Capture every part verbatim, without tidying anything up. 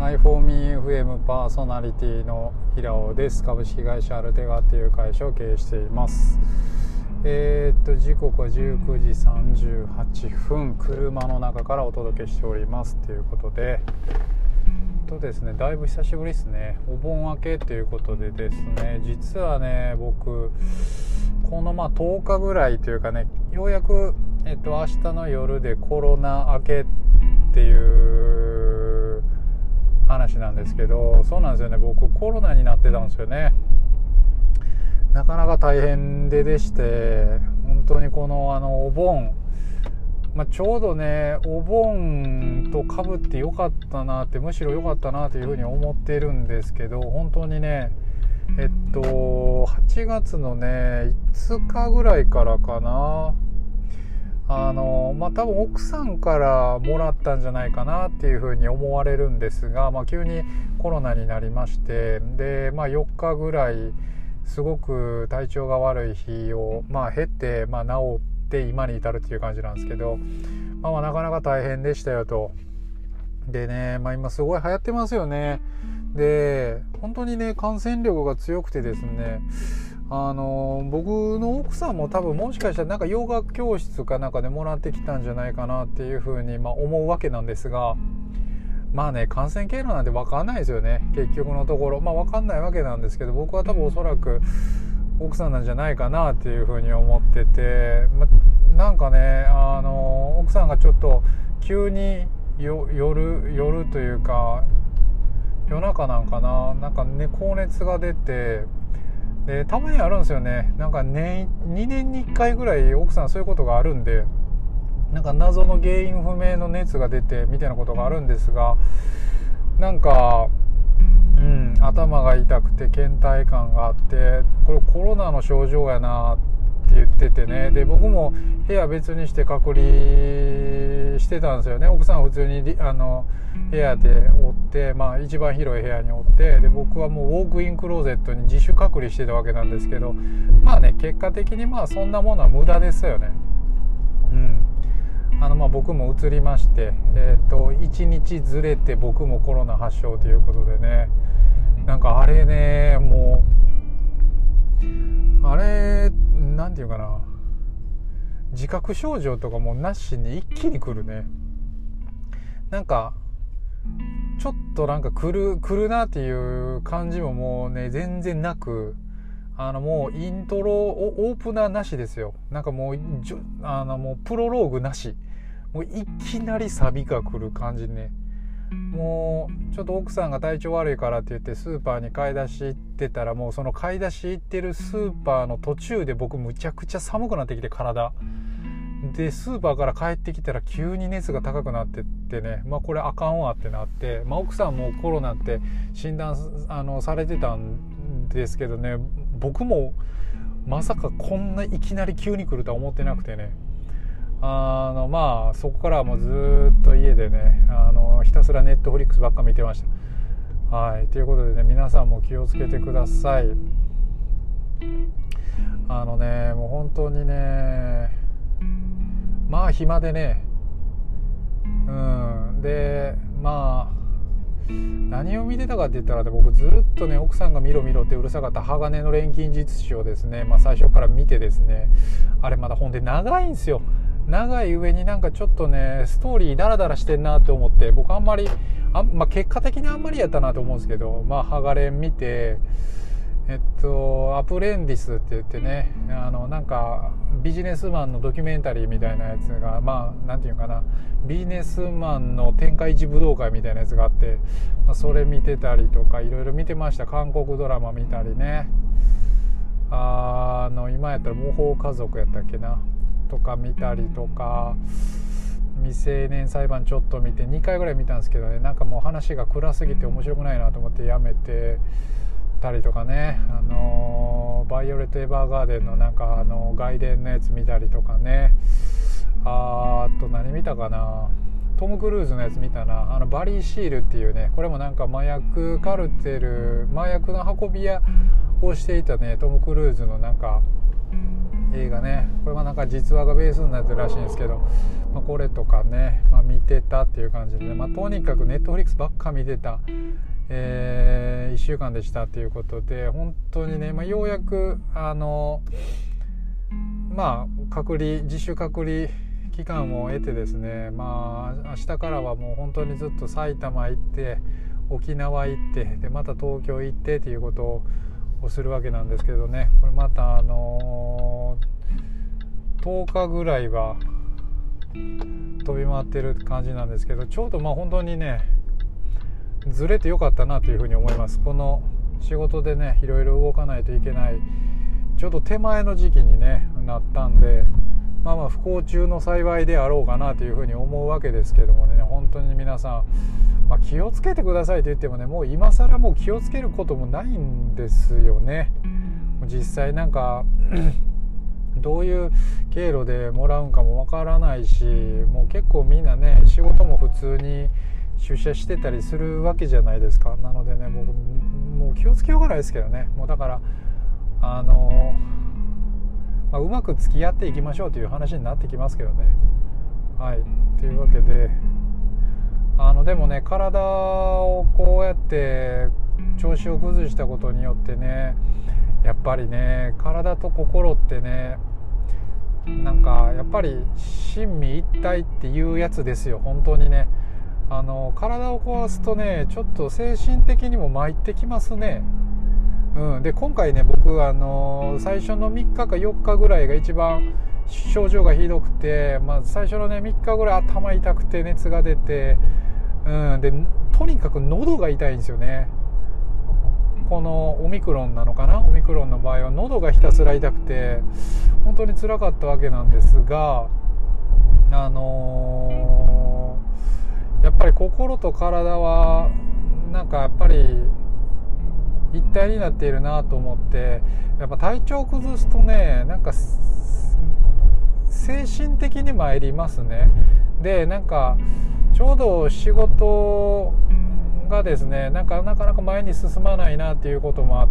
アイフォーミーエフエム パーソナリティの平尾です。株式会社アルテガという会社を経営しています。えー、っと時刻はじゅうくじさんじゅうはっぷん、車の中からお届けしておりますということで、とですね、だいぶ久しぶりですね。お盆明けということでですね、実はね僕このまあとおかぐらいというかね、ようやくえっと明日の夜でコロナ明けっていう話なんですけど、そうなんですよね、僕コロナになってたんですよね。なかなか大変ででして、本当にこのあのお盆、まあ、ちょうどねお盆と被ってよかったなって、むしろよかったなというふうに思っているんですけど、本当にねえっとはちがつのねいつかぐらいからかな、あのまあ多分奥さんからもらったんじゃないかなっていうふうに思われるんですが、まあ、急にコロナになりまして、で、まあ、よっかぐらいすごく体調が悪い日を、まあ、経て、まあ、治って今に至るっていう感じなんですけど、まあ、まあなかなか大変でしたよと。でね、まあ、今すごい流行ってますよね。で本当にね感染力が強くてですね、あの僕の奥さんも多分もしかしたらなんか洋楽教室かなんかでもらってきたんじゃないかなっていうふうにまあ思うわけなんですが、まあね感染経路なんて分かんないですよね、結局のところ。まあ分かんないわけなんですけど、僕は多分おそらく奥さんなんじゃないかなっていうふうに思ってて、ま、なんかねあの奥さんがちょっと急によ夜夜というか夜中なんかな、なんかね高熱が出て、でたまにあるんですよね。なんか年にねんにいっかいぐらい奥さんそういうことがあるんで、なんか謎の原因不明の熱が出てみたいなことがあるんですが、なんかうん頭が痛くて倦怠感があって、これコロナの症状やなって言っててね。で僕も部屋別にして隔離してたんですよね。奥さんは普通にあの部屋でおって、まあ一番広い部屋におって、で僕はもうウォークインクローゼットに自主隔離してたわけなんですけど、まあね結果的にまあそんなものは無駄ですよね。うんあのまあ僕も移りまして、えー、といちにちずれて僕もコロナ発症ということでね、なんかあれねもうあれなんていうかな、自覚症状とかもなしに一気に来るね。なんかちょっとなんか来る来るなっていう感じももうね全然なく、あのもうイントロオープナーなしですよ。なんかもうあのもうプロローグなし、もういきなりサビが来る感じね。もうちょっと奥さんが体調悪いからって言ってスーパーに買い出し行ってたら、もうその買い出し行ってるスーパーの途中で僕むちゃくちゃ寒くなってきて、体でスーパーから帰ってきたら急に熱が高くなってってね、まあこれあかんわってなって、まあ奥さんもコロナって診断あのされてたんですけどね、僕もまさかこんないきなり急に来るとは思ってなくてね、あのまあそこからはもうずっと家でねあのひたすらネットフリックスばっか見てました。はいということでね、皆さんも気をつけてください。あのねもう本当にねまあ暇でね、うんでまあ何を見てたかって言ったら、僕ずっとね奥さんが見ろ見ろってうるさかった鋼の錬金術師をですね、まあ、最初から見てですね、あれまだほんで長いんですよ。長い上になんかちょっとねストーリーダラダラしてんなって思って、僕あんまりあ、まあ、結果的にあんまりやったなと思うんですけど、まあ鋼見てえっとアプレンディスって言ってね、あのなんかビジネスマンのドキュメンタリーみたいなやつが、まあなんていうかな、ビジネスマンの天下一武道会みたいなやつがあって、まあ、それ見てたりとかいろいろ見てました。韓国ドラマ見たりね、あの今やったら模倣家族やったっけなとか見たりとか、未成年裁判ちょっと見てにかいぐらい見たんですけどね、なんかもう話が暗すぎて面白くないなと思ってやめてたりとかね、あのバイオレット・エヴァーガーデンのなんかあの外伝のやつ見たりとかね、あーあと何見たかな、トム・クルーズのやつ見たな、あのバリー・シールっていうね、これもなんか麻薬カルテル麻薬の運び屋をしていたねトム・クルーズのなんか映画ね、これはなんか実話がベースになってるらしいんですけど、まあ、これとかね、まあ、見てたっていう感じで、ね、まあ、とにかくネットフリックスばっか見てた、えー、いっしゅうかんでしたということで、本当にね、まあ、ようやくあのまあ隔離自主隔離期間を得てですね、まあ明日からはもう本当にずっと埼玉行って沖縄行ってでまた東京行ってっていうことをするわけなんですけどね、これまたあのー、とおかぐらいは飛び回ってる感じなんですけど、ちょうどまあ本当にねずれてよかったなというふうに思います。この仕事でねいろいろ動かないといけないちょうど手前の時期にねなったんで、まあまあ不幸中の幸いであろうかなというふうに思うわけですけどもね、本当に皆さん、まあ、気をつけてくださいと言ってもね、もう今更もう気をつけることもないんですよね。実際なんかどういう経路でもらうんかもわからないし、もう結構みんなね仕事も普通に出社してたりするわけじゃないですか。なのでねもう、もう気をつけようがないですけどね、もうだからあの、まあ、うまく付き合っていきましょうという話になってきますけどね。はい、というわけであのでもね体をこうやって調子を崩したことによってね、やっぱりね体と心ってねなんかやっぱり親身一体っていうやつですよ。本当にねあの体を壊すとねちょっと精神的にも参ってきますね。うん、で今回ね僕あの最初のみっかかよっかぐらいが一番症状がひどくて、まあ、最初のねみっかぐらい頭痛くて熱が出て、うん、でとにかく喉が痛いんですよね。このオミクロンなのかな、オミクロンの場合は喉がひたすら痛くて本当に辛かったわけなんですが、あのー、やっぱり心と体はなんかやっぱり一体になっているなと思って、やっぱ体調を崩すとねなんか精神的に参りますね。でなんかちょうど仕事がですねなんかなかなか前に進まないなっていうこともあって、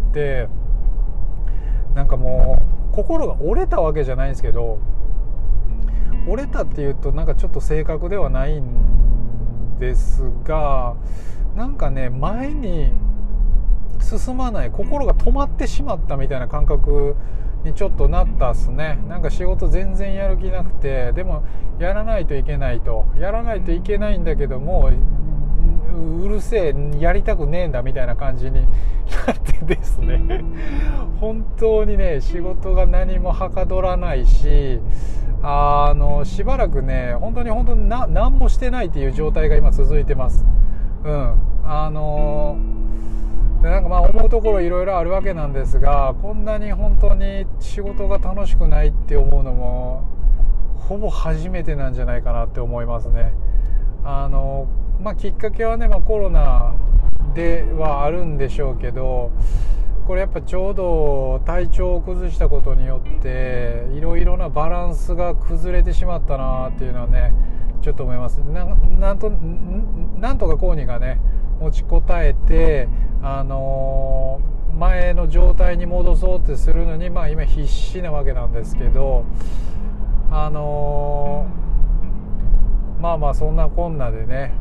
なんかもう心が折れたわけじゃないんですけど、折れたっていうとなんかちょっと正確ではないんですが、なんかね前に進まない、心が止まってしまったみたいな感覚にちょっとなったっすね。なんか仕事全然やる気なくて、でもやらないといけないとやらないといけないんだけどもうるせえやりたくねえんだみたいな感じになってですね本当にね仕事が何もはかどらないし、あのしばらくね本当に本当にな何もしてないっていう状態が今続いてます。うんあのなんかまあ思うところいろいろあるわけなんですが、こんなに本当に仕事が楽しくないって思うのもほぼ初めてなんじゃないかなって思いますね。あの、まあ、きっかけはね、まあ、コロナではあるんでしょうけど、これやっぱちょうど体調を崩したことによっていろいろなバランスが崩れてしまったなっていうのはねちょっと思います。な、なんと、なんとかこうにかね持ちこたえて、あのー、前の状態に戻そうってするのに、まあ、今必死なわけなんですけど、あのー、まあまあそんなこんなでね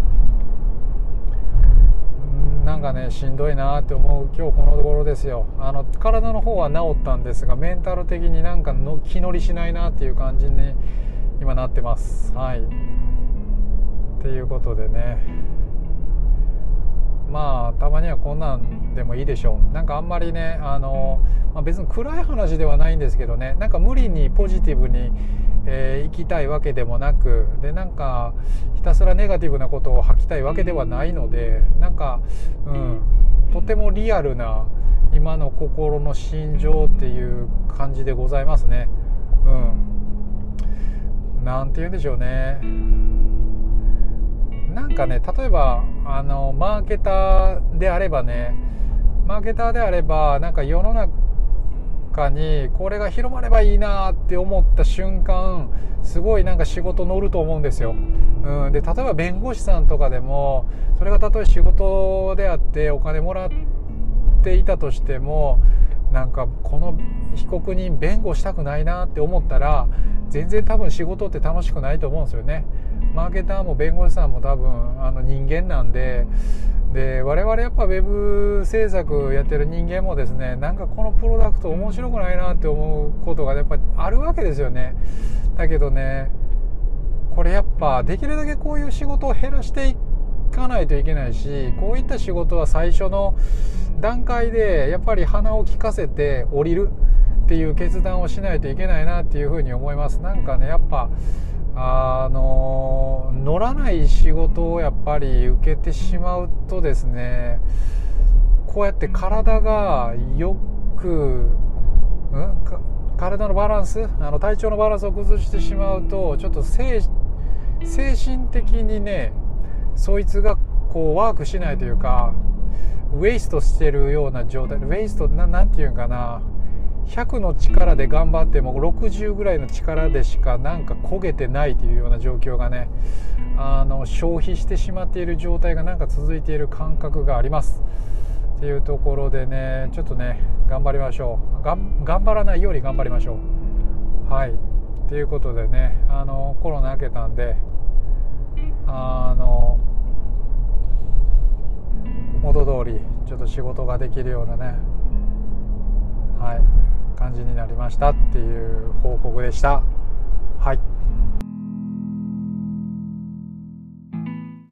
なんかねしんどいなって思う今日このところですよ。あの体の方は治ったんですがメンタル的になんかの気乗りしないなっていう感じに今なってます。はい、っていうことでね、まあたまにはこんなんでもいいでしょう。なんかあんまりねあの、まあ、別に暗い話ではないんですけどね、なんか無理にポジティブに、えー、生きたいわけでもなく、でなんかひたすらネガティブなことを吐きたいわけではないので、なんか、うん、とてもリアルな今の心の心情っていう感じでございますね。うん、なんて言うんでしょうね。なんかね例えばあのマーケターであればねマーケターであればなんか世の中にこれが広まればいいなって思った瞬間すごいなんか仕事乗ると思うんですよ。うん、で例えば弁護士さんとかでもそれがたとえ仕事であってお金もらっていたとしてもなんかこの被告人弁護したくないなって思ったら全然多分仕事って楽しくないと思うんですよね。マーケターも弁護士さんも多分あの人間なんで、で我々やっぱウェブ制作やってる人間もですね、なんかこのプロダクト面白くないなって思うことがやっぱりあるわけですよね。だけどね、これやっぱできるだけこういう仕事を減らしていかないといけないし、こういった仕事は最初の段階でやっぱり鼻を利かせて降りるっていう決断をしないといけないなっていうふうに思います。なんかね、やっぱあの乗らない仕事をやっぱり受けてしまうとですね、こうやって体がよく、うん、体のバランス、あの体調のバランスを崩してしまうと、ちょっと精神的にね、そいつがこうワークしないというか、ウェイストしてるような状態、ウェイスト な, なんていうんかな、ひゃくの力で頑張ってもろくじゅうぐらいの力でしかなんか焦げてないというような状況がね、あの消費してしまっている状態がなんか続いている感覚がありますっていうところでね、ちょっとね頑張りましょう。がん頑張らないように頑張りましょう。はい、ということでね、あのコロナ明けたんで、あの元通りちょっと仕事ができるようなね、はい、感じになりましたっていう報告でした。はい。